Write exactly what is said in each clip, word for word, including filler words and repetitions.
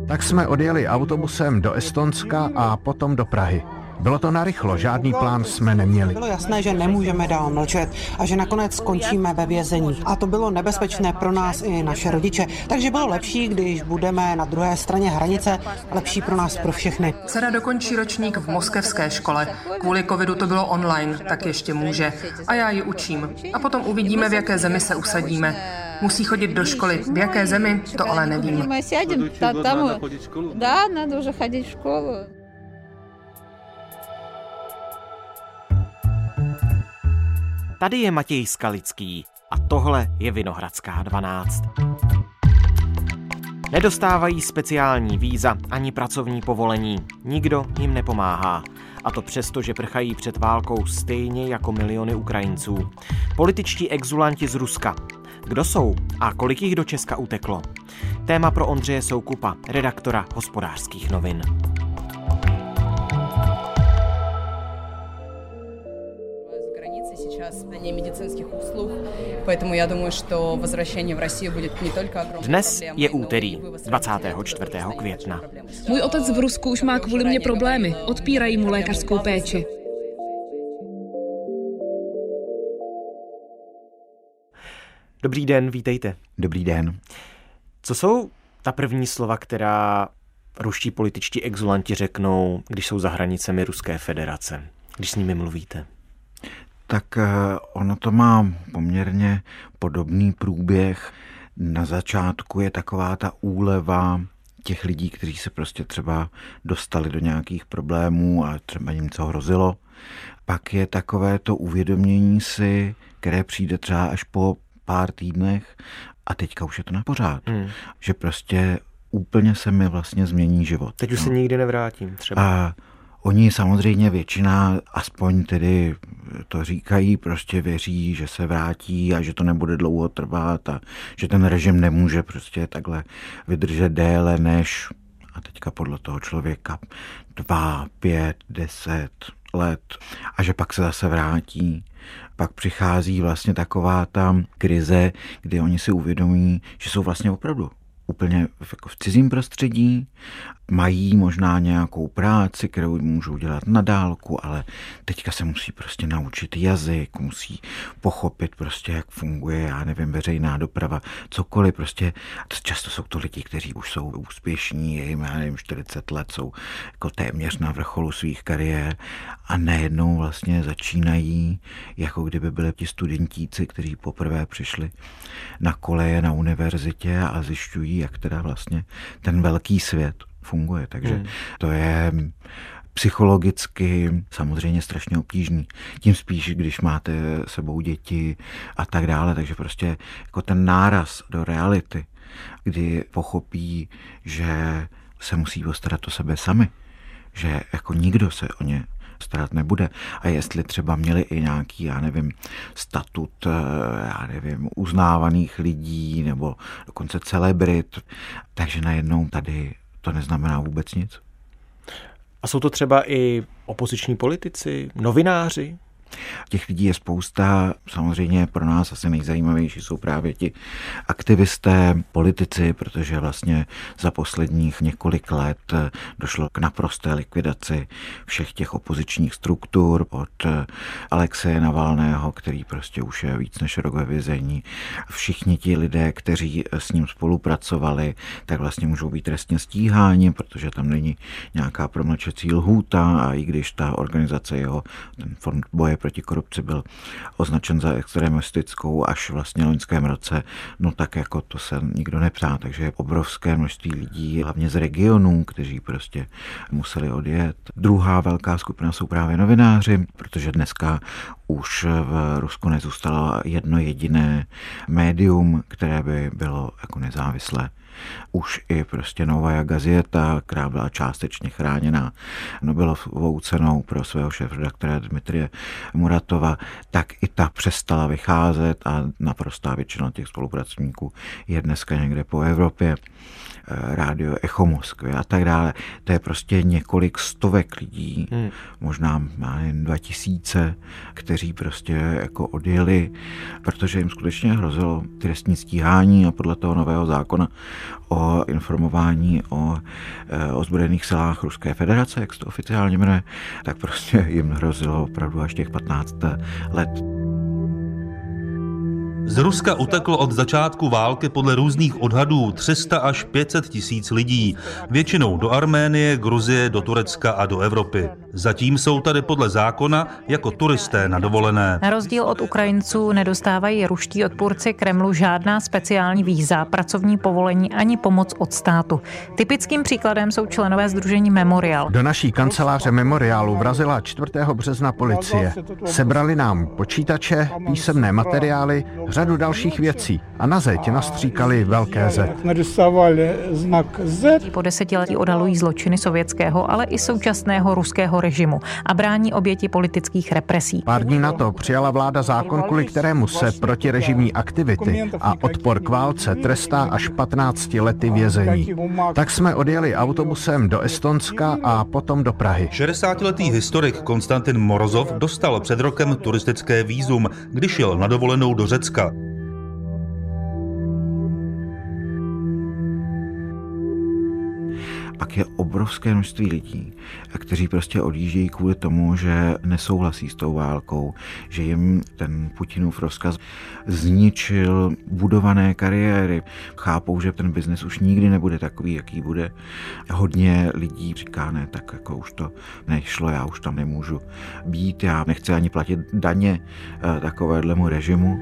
Tak jsme odjeli autobusem do Estonska a potom do Prahy. Bylo to narychlo, žádný plán jsme neměli. Bylo jasné, že nemůžeme dál mlčet a že nakonec skončíme ve vězení. A to bylo nebezpečné pro nás i naše rodiče. Takže bylo lepší, když budeme na druhé straně hranice, lepší pro nás pro všechny. Dcera dokončí ročník v moskevské škole. Kvůli covidu to bylo online, tak ještě může. A já ji učím. A potom uvidíme, v jaké zemi se usadíme. Musí chodit do školy. V jaké zemi, to ale nevím. Да, надо уже ходить в школу. Tady je Matěj Skalický a tohle je Vinohradská dvanáct. Nedostávají speciální víza ani pracovní povolení. Nikdo jim nepomáhá. A to přesto, že prchají před válkou stejně jako miliony Ukrajinců. Političtí exulanti z Ruska. Kdo jsou a kolik jich do Česka uteklo? Téma pro Ondřeje Soukupa, redaktora Hospodářských novin. Dnes je úterý, dvacátého čtvrtého května. Můj otec v Rusku už má kvůli mě problémy. Odpírají mu lékařskou péči. Dobrý den, vítejte. Dobrý den. Co jsou ta první slova, která ruští političtí exulanti řeknou, když jsou za hranicemi Ruské federace, když s nimi mluvíte? Tak ono to má poměrně podobný průběh. Na začátku je taková ta úleva těch lidí, kteří se prostě třeba dostali do nějakých problémů a třeba jim co hrozilo. Pak je takové to uvědomění si, které přijde třeba až po pár týdnech a teďka už je to na pořád. Hmm. Že prostě úplně se mi vlastně změní život. Teď už no. se nikdy nevrátím třeba. A oni samozřejmě většina, aspoň tedy to říkají, prostě věří, že se vrátí a že to nebude dlouho trvat a že ten režim nemůže prostě takhle vydržet déle než, a teďka podle toho člověka, dva, pět, deset let a že pak se zase vrátí. Pak přichází vlastně taková ta krize, kdy oni si uvědomí, že jsou vlastně opravdu úplně jako v cizím prostředí, mají možná nějakou práci, kterou můžou dělat na dálku, ale teďka se musí prostě naučit jazyk, musí pochopit prostě, jak funguje, já nevím, veřejná doprava, cokoliv prostě. Často jsou to lidi, kteří už jsou úspěšní, je jim, já nevím, čtyřicet let, jsou jako téměř na vrcholu svých kariér a najednou vlastně začínají, jako kdyby byli ti studentíci, kteří poprvé přišli na koleje na univerzitě a zjišťují, jak teda vlastně ten velký svět funguje. Takže hmm. to je psychologicky samozřejmě strašně obtížný. Tím spíš, když máte sebou děti a tak dále. Takže prostě jako ten náraz do reality, kdy pochopí, že se musí postarat o sebe sami, že jako nikdo se o ně starat nebude. A jestli třeba měli i nějaký, já nevím, statut, já nevím, uznávaných lidí nebo dokonce celebrit, takže najednou tady to neznamená vůbec nic. A jsou to třeba i opoziční politici, novináři? Těch lidí je spousta, samozřejmě pro nás asi nejzajímavější jsou právě ti aktivisté, politici, protože vlastně za posledních několik let došlo k naprosté likvidaci všech těch opozičních struktur od Alexeje Navalného, který prostě už je víc než rok ve vězení. Všichni ti lidé, kteří s ním spolupracovali, tak vlastně můžou být trestně stíháni, protože tam není nějaká promlčecí lhůta a i když ta organizace jeho, ten fond boje proti korupci byl označen za extremistickou až vlastně v loňském roce, no tak jako to se nikdo neptá, takže je obrovské množství lidí, hlavně z regionů, kteří prostě museli odjet. Druhá velká skupina jsou právě novináři, protože dneska už v Rusku nezůstalo jedno jediné médium, které by bylo jako nezávislé. Už i prostě Novaja Gazeta, která byla částečně chráněná Nobelovou cenou pro svého šéfredaktora Dmitrije Muratova, tak i ta přestala vycházet a naprostá většina těch spolupracovníků je dneska někde po Evropě. Rádio Echo Moskvy a tak dále. To je prostě několik stovek lidí, hmm. možná jen dva tisíce, kteří prostě jako odjeli, protože jim skutečně hrozilo trestní stíhání a podle toho nového zákona o informování o ozbrojených silách Ruské federace, jak se to oficiálně jmenuje, tak prostě jim hrozilo opravdu až těch patnáct let. Z Ruska uteklo od začátku války podle různých odhadů tři sta až pět set tisíc lidí, většinou do Arménie, Gruzie, do Turecka a do Evropy. Zatím jsou tady podle zákona jako turisté na dovolené. Na rozdíl od Ukrajinců nedostávají ruští odpůrci Kremlu žádná speciální víza, pracovní povolení ani pomoc od státu. Typickým příkladem jsou členové sdružení Memorial. Do naší kanceláře Memoriálu vrazila čtvrtého března policie. Sebrali nám počítače, písemné materiály, řadu dalších věcí a na zeď nastříkali velké Z. Po desetiletí odhalují zločiny sovětského, ale i současného ruského režimu a brání oběti politických represí. Pár dní na to přijala vláda zákon, kvůli kterému se protirežimní aktivity a odpor k válce trestá až patnácti lety vězení. Tak jsme odjeli autobusem do Estonska a potom do Prahy. šedesátiletý historik Konstantin Morozov dostal před rokem turistické vízum, když jel na dovolenou do Řecka. Pak je obrovské množství lidí, kteří prostě odjíždějí kvůli tomu, že nesouhlasí s tou válkou, že jim ten Putinův rozkaz zničil budované kariéry. Chápou, že ten biznes už nikdy nebude takový, jaký bude. Hodně lidí říká, ne, tak jako už to nešlo, já už tam nemůžu být, já nechci ani platit daně takovéhlemu režimu.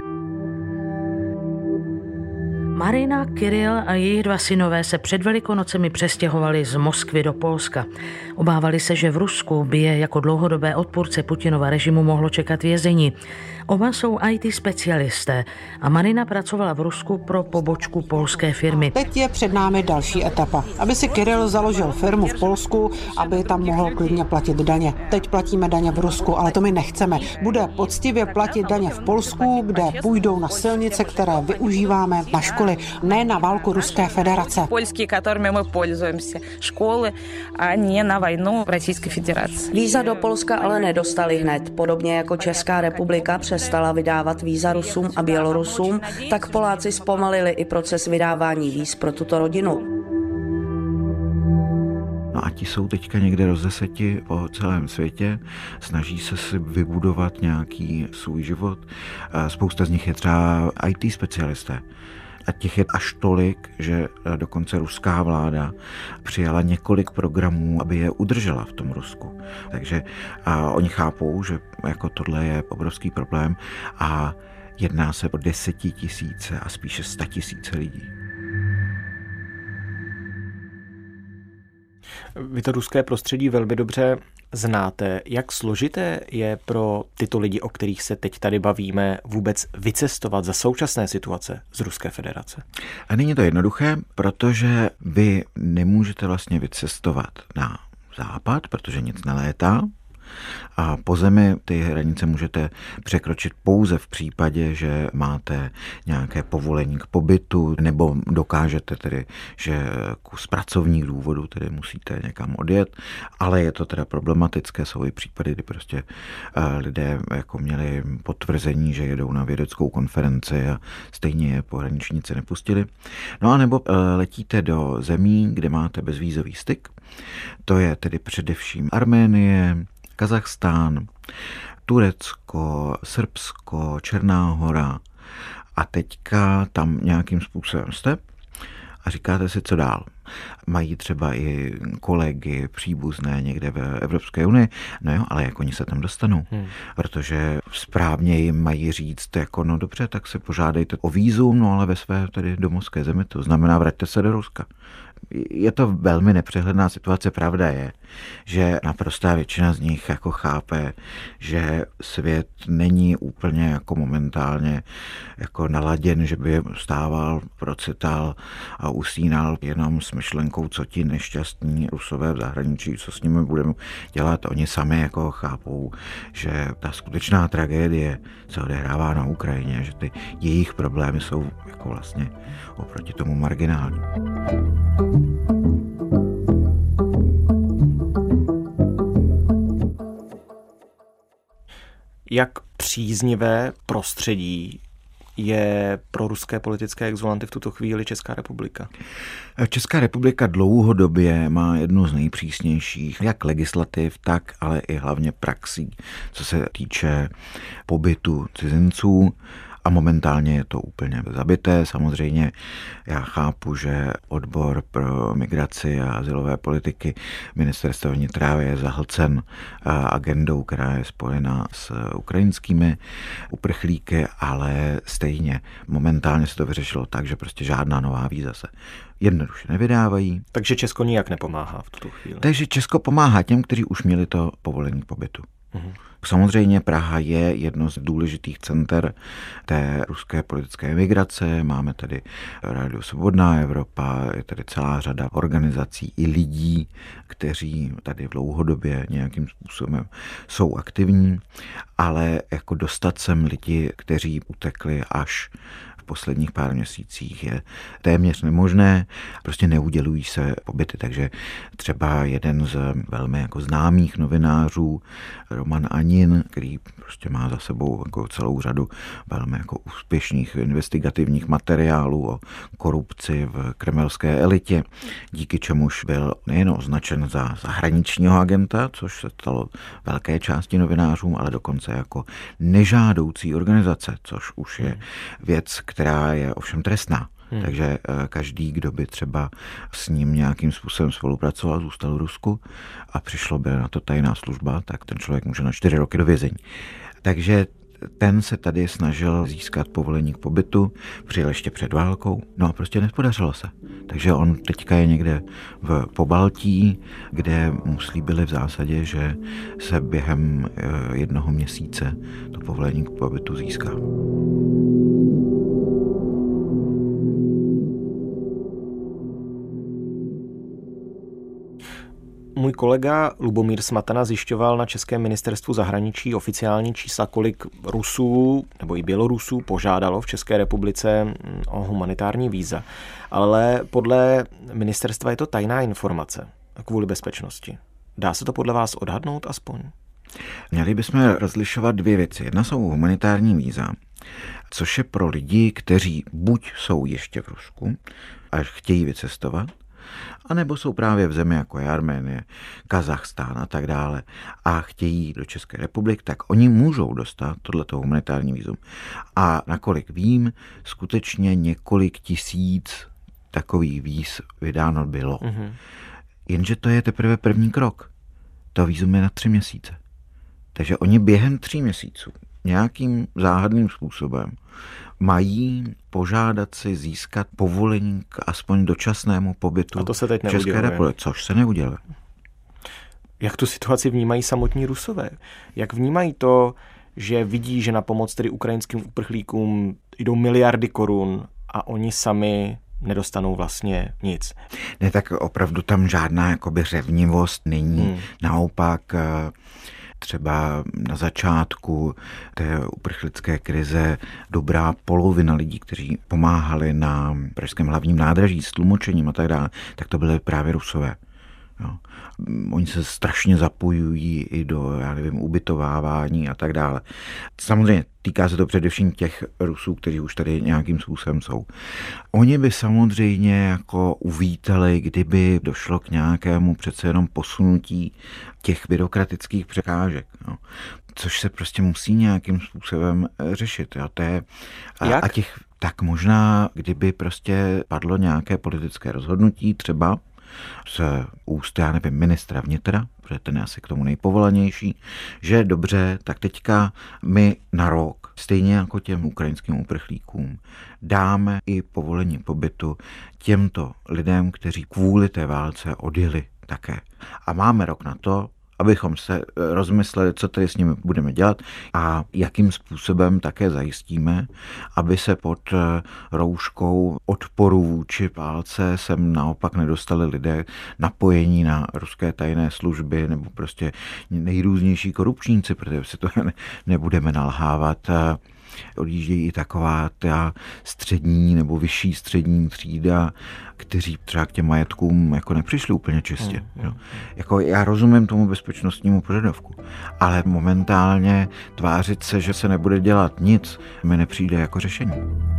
Marina, Kiril a jejich dva synové se před Velikonocemi přestěhovali z Moskvy do Polska. Obávali se, že v Rusku by je jako dlouhodobé odpůrce Putinova režimu mohlo čekat vězení. Oba jsou í té specialisté a Marina pracovala v Rusku pro pobočku polské firmy. Teď je před námi další etapa. Aby si Kiril založil firmu v Polsku, aby tam mohl klidně platit daně. Teď platíme daně v Rusku, ale to my nechceme. Bude poctivě platit daně v Polsku, kde půjdou na silnice, které využíváme, na školy, ne na válku Ruské federace. Polský, kterými my používáme, školy a ne na vojnu Ruské federace. Víza do Polska ale nedostali hned. Podobně jako Česká republika přestala vydávat víza Rusům a Bělorusům, tak Poláci zpomalili i proces vydávání víz pro tuto rodinu. No a ti jsou teďka někde rozeseti po celém světě, snaží se si vybudovat nějaký svůj život. Spousta z nich je třeba í té specialisté. A těch je až tolik, že dokonce ruská vláda přijala několik programů, aby je udržela v tom Rusku. Takže a oni chápou, že jako tohle je obrovský problém a jedná se o desetitisíce a spíše statisíce lidí. Vy to ruské prostředí velmi dobře znáte. Jak složité je pro tyto lidi, o kterých se teď tady bavíme, vůbec vycestovat za současné situace z Ruské federace? A není to jednoduché, protože vy nemůžete vlastně vycestovat na západ, protože nic nelétá. A po zemi ty hranice můžete překročit pouze v případě, že máte nějaké povolení k pobytu nebo dokážete tedy, že z pracovních důvodů tedy musíte někam odjet, ale je to teda problematické, jsou i případy, kdy prostě lidé jako měli potvrzení, že jedou na vědeckou konferenci a stejně je pohraničníci nepustili. No a nebo letíte do zemí, kde máte bezvízový styk, to je tedy především Arménie, Kazachstán, Turecko, Srbsko, Černá Hora a teďka tam nějakým způsobem jste a říkáte si, co dál. Mají třeba i kolegy, příbuzné někde v Evropské unii, no jo, ale jak oni se tam dostanou, hmm. protože správně jim mají říct, jako no dobře, tak si požádejte o vízum, no ale ve své tedy domovské zemi, to znamená vraťte se do Ruska. Je to velmi nepřehledná situace, pravda je, že naprostá většina z nich jako chápe, že svět není úplně jako momentálně jako naladěn, že by stával, procital a usínal jenom s myšlenkou, co ti nešťastní Rusové v zahraničí, co s nimi budeme dělat. Oni sami jako chápou, že ta skutečná tragédie se odehrává na Ukrajině, že ty jejich problémy jsou jako vlastně oproti tomu marginální. Jak příznivé prostředí je pro ruské politické exulanty v tuto chvíli Česká republika? Česká republika dlouhodobě má jednu z nejpřísnějších jak legislativ, tak ale i hlavně praxí, co se týče pobytu cizinců. A momentálně je to úplně zabité. Samozřejmě já chápu, že odbor pro migraci a azylové politiky ministerstva vnitra je zahlcen agendou, která je spojená s ukrajinskými uprchlíky, ale stejně momentálně se to vyřešilo tak, že prostě žádná nová víza se jednoduše nevydávají. Takže Česko nijak nepomáhá v tuto chvíli. Takže Česko pomáhá těm, kteří už měli to povolení k pobytu. Uhum. Samozřejmě Praha je jedno z důležitých center té ruské politické emigrace. Máme tady Rádio Svobodná Evropa, je tady celá řada organizací i lidí, kteří tady dlouhodobě nějakým způsobem jsou aktivní, ale jako dostat sem lidi, kteří utekli až v posledních pár měsících, je téměř nemožné, prostě neudělují se pobyty, takže třeba jeden z velmi jako známých novinářů, Roman Anin, který prostě má za sebou jako celou řadu velmi jako úspěšných investigativních materiálů o korupci v kremelské elitě, díky čemuž byl nejen označen za zahraničního agenta, což se stalo velké části novinářům, ale dokonce jako nežádoucí organizace, což už je věc, která je ovšem trestná. Hmm. Takže každý, kdo by třeba s ním nějakým způsobem spolupracoval, zůstal v Rusku a přišlo by na to tajná služba, tak ten člověk může na čtyři roky do vězení. Takže ten se tady snažil získat povolení k pobytu, přijel ještě před válkou, no a prostě nepodařilo se. Takže on teďka je někde v Pobaltí, kde mu slíbili v zásadě, že se během jednoho měsíce to povolení k pobytu získá. Můj kolega Lubomír Smatana zjišťoval na Českém ministerstvu zahraničí oficiální čísla, kolik Rusů nebo i Bělorusů požádalo v České republice o humanitární víza. Ale podle ministerstva je to tajná informace kvůli bezpečnosti. Dá se to podle vás odhadnout aspoň? Měli bychom rozlišovat dvě věci. Jedna jsou humanitární víza, což je pro lidi, kteří buď jsou ještě v Rusku a chtějí vycestovat, anebo jsou právě v zemi jako je Arménie, Kazachstán a tak dále a chtějí do České republiky, tak oni můžou dostat tohleto humanitární vízum. A nakolik vím, skutečně několik tisíc takových víz vydáno bylo. Mm-hmm. Jenže to je teprve první krok. To vízum je na tři měsíce. Takže oni během tří měsíců nějakým záhadným způsobem mají požádat si získat povolení k aspoň dočasnému pobytu a to se teď v České republice, což se neudělá. Jak tu situaci vnímají samotní Rusové? Jak vnímají to, že vidí, že na pomoc tedy ukrajinským uprchlíkům jdou miliardy korun a oni sami nedostanou vlastně nic? Ne, tak opravdu tam žádná jakoby řevnivost není. Hmm. Naopak třeba na začátku té uprchlické krize dobrá polovina lidí, kteří pomáhali na pražském hlavním nádraží s tlumočením a tak dále, tak to byly právě Rusové. Jo. Oni se strašně zapojují i do, já nevím, ubytovávání a tak dále. Samozřejmě týká se to především těch Rusů, kteří už tady nějakým způsobem jsou. Oni by samozřejmě jako uvítali, kdyby došlo k nějakému přece jenom posunutí těch byrokratických překážek. Jo. Což se prostě musí nějakým způsobem řešit. Jo. To je, a, a těch, tak možná, kdyby prostě padlo nějaké politické rozhodnutí, třeba z úst, já nevím, ministra vnitra, protože ten je asi k tomu nejpovolanější, že dobře, tak teďka my na rok, stejně jako těm ukrajinským uprchlíkům, dáme i povolení pobytu těmto lidem, kteří kvůli té válce odjeli také. A máme rok na to, abychom se rozmysleli, co tady s nimi budeme dělat a jakým způsobem také zajistíme, aby se pod rouškou odporu vůči válce sem naopak nedostali lidé napojení na ruské tajné služby nebo prostě nejrůznější korupčníci, protože si to ne, nebudeme nalhávat. odjíždějí i taková ta střední nebo vyšší střední třída, kteří třeba k těm majetkům jako nepřišli úplně čistě. Hmm, hmm. Jako já rozumím tomu bezpečnostnímu požadavku, ale momentálně tvářit se, že se nebude dělat nic, mi nepřijde jako řešení.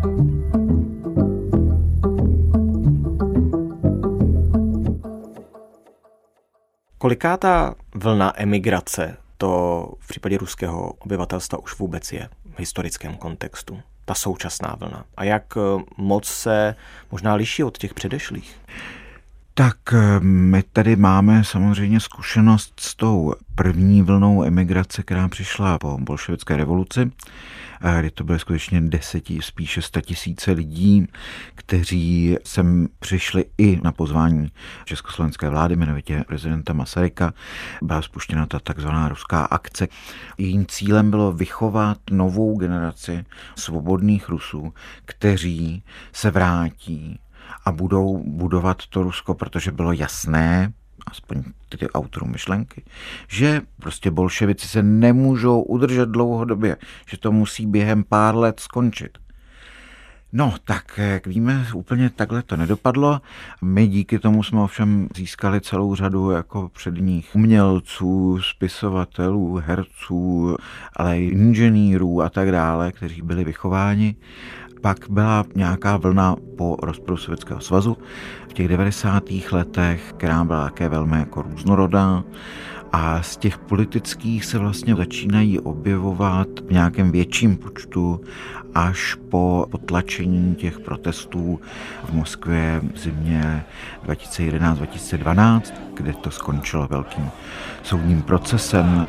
Kolikátá vlna emigrace to v případě ruského obyvatelstva už vůbec je v historickém kontextu, ta současná vlna? A jak moc se možná liší od těch předešlých? Tak my tady máme samozřejmě zkušenost s tou první vlnou emigrace, která přišla po bolševické revoluci, kdy to byly skutečně deseti, spíše sta tisíce lidí, kteří sem přišli i na pozvání československé vlády, jmenovitě prezidenta Masaryka. Byla spuštěna ta takzvaná ruská akce. Jejím cílem bylo vychovat novou generaci svobodných Rusů, kteří se vrátí a budou budovat to Rusko, protože bylo jasné, aspoň ty autorů myšlenky, že prostě bolševici se nemůžou udržet dlouhodobě, že to musí během pár let skončit. No, tak jak víme, úplně takhle to nedopadlo. My díky tomu jsme ovšem získali celou řadu jako předních umělců, spisovatelů, herců, ale i inženýrů a tak dále, kteří byli vychováni. Pak byla nějaká vlna po rozpadu Sovětského svazu v těch devadesátých letech, která byla také velmi jako různorodá. A z těch politických se vlastně začínají objevovat v nějakém větším počtu až po potlačení těch protestů v Moskvě v zimě dva tisíce jedenáct dva tisíce dvanáct, kde to skončilo velkým soudním procesem.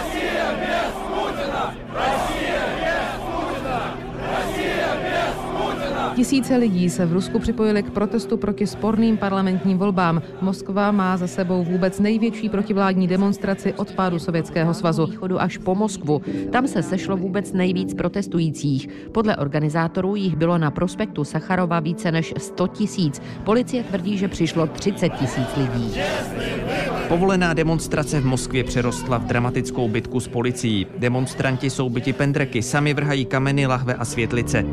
Tisíce lidí se v Rusku připojili k protestu proti sporným parlamentním volbám. Moskva má za sebou vůbec největší protivládní demonstraci od pádu Sovětského svazu. Východu až po Moskvu. Tam se sešlo vůbec nejvíc protestujících. Podle organizátorů jich bylo na prospektu Sacharova více než sto tisíc. Policie tvrdí, že přišlo třicet tisíc lidí. Povolená demonstrace v Moskvě přerostla v dramatickou bitku s policií. Demonstranti jsou byti pendreky, sami vrhají kameny, lahve a světlice.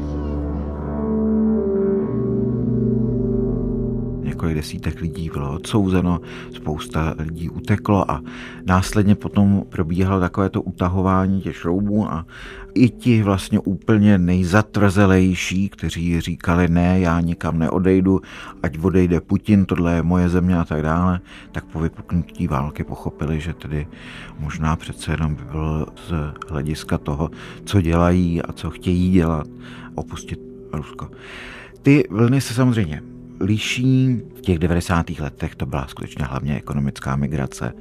Několik desítek lidí bylo odsouzeno, spousta lidí uteklo a následně potom probíhalo takové to utahování těch šroubů a i ti vlastně úplně nejzatvrzelejší, kteří říkali ne, já nikam neodejdu, ať odejde Putin, tohle je moje země a tak dále, tak po vypuknutí války pochopili, že tedy možná přece jenom by bylo z hlediska toho, co dělají a co chtějí dělat, opustit Rusko. Ty vlny se samozřejmě liší. V těch devadesátých letech to byla skutečně hlavně ekonomická migrace.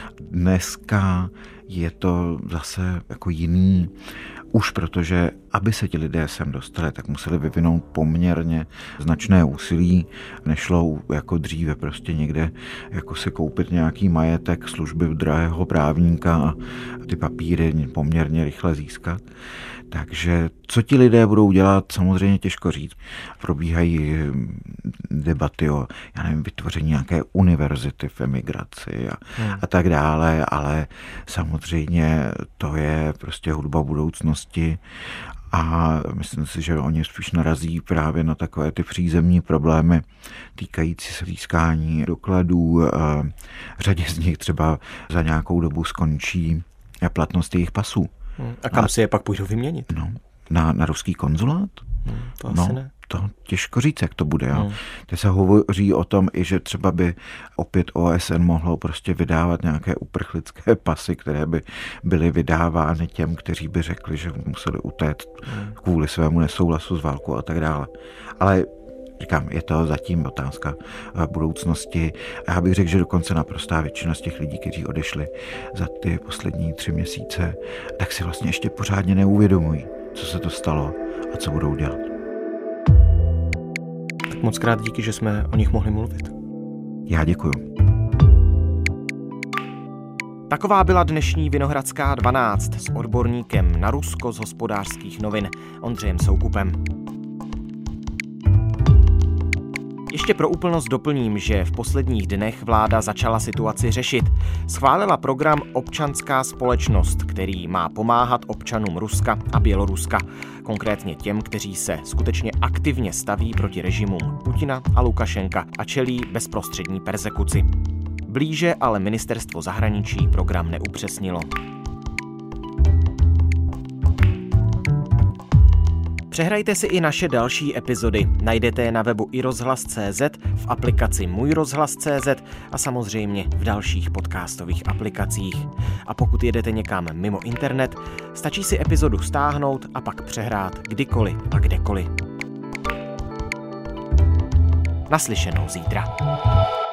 Dneska je to zase jako jiný, už protože, aby se ti lidé sem dostali, tak museli vyvinout poměrně značné úsilí. Nešlo jako dříve prostě někde jako si koupit nějaký majetek, služby drahého právníka a ty papíry poměrně rychle získat. Takže co ti lidé budou dělat, samozřejmě těžko říct. Probíhají debaty o, já nevím, vytvoření nějaké univerzity v emigraci a, hmm. a tak dále, ale samozřejmě to je prostě hudba budoucnosti a myslím si, že oni spíš narazí právě na takové ty přízemní problémy týkající se získání dokladů. V řadě z nich třeba za nějakou dobu skončí platnost jejich pasů. A kam a, si je pak půjdou vyměnit? No, na, na ruský konzulát? Hmm, to asi no, ne. To těžko říct, jak to bude. Hmm. Teď se hovoří o tom, i že třeba by opět O S N mohlo prostě vydávat nějaké uprchlické pasy, které by byly vydávány těm, kteří by řekli, že museli utéct hmm. kvůli svému nesouhlasu s válkou a tak dále. Ale říkám, je to zatím otázka budoucnosti. Já bych řekl, že dokonce naprostá většina z těch lidí, kteří odešli za ty poslední tři měsíce, tak si vlastně ještě pořádně neuvědomují, co se to stalo a co budou dělat. Tak moc krát díky, že jsme o nich mohli mluvit. Já děkuju. Taková byla dnešní Vinohradská dvanáct s odborníkem na Rusko z Hospodářských novin Ondřejem Soukupem. Ještě pro úplnost doplním, že v posledních dnech vláda začala situaci řešit. Schválila program Občanská společnost, který má pomáhat občanům Ruska a Běloruska, konkrétně těm, kteří se skutečně aktivně staví proti režimům Putina a Lukašenka a čelí bezprostřední perzekuci. Blíže ale ministerstvo zahraničí program neupřesnilo. Přehrajte si i naše další epizody. Najdete je na webu i rozhlas tečka cé zet, v aplikaci Můj rozhlas tečka cé zet a samozřejmě v dalších podcastových aplikacích. A pokud jedete někam mimo internet, stačí si epizodu stáhnout a pak přehrát kdykoliv a kdekoliv. Naslyšenou zítra.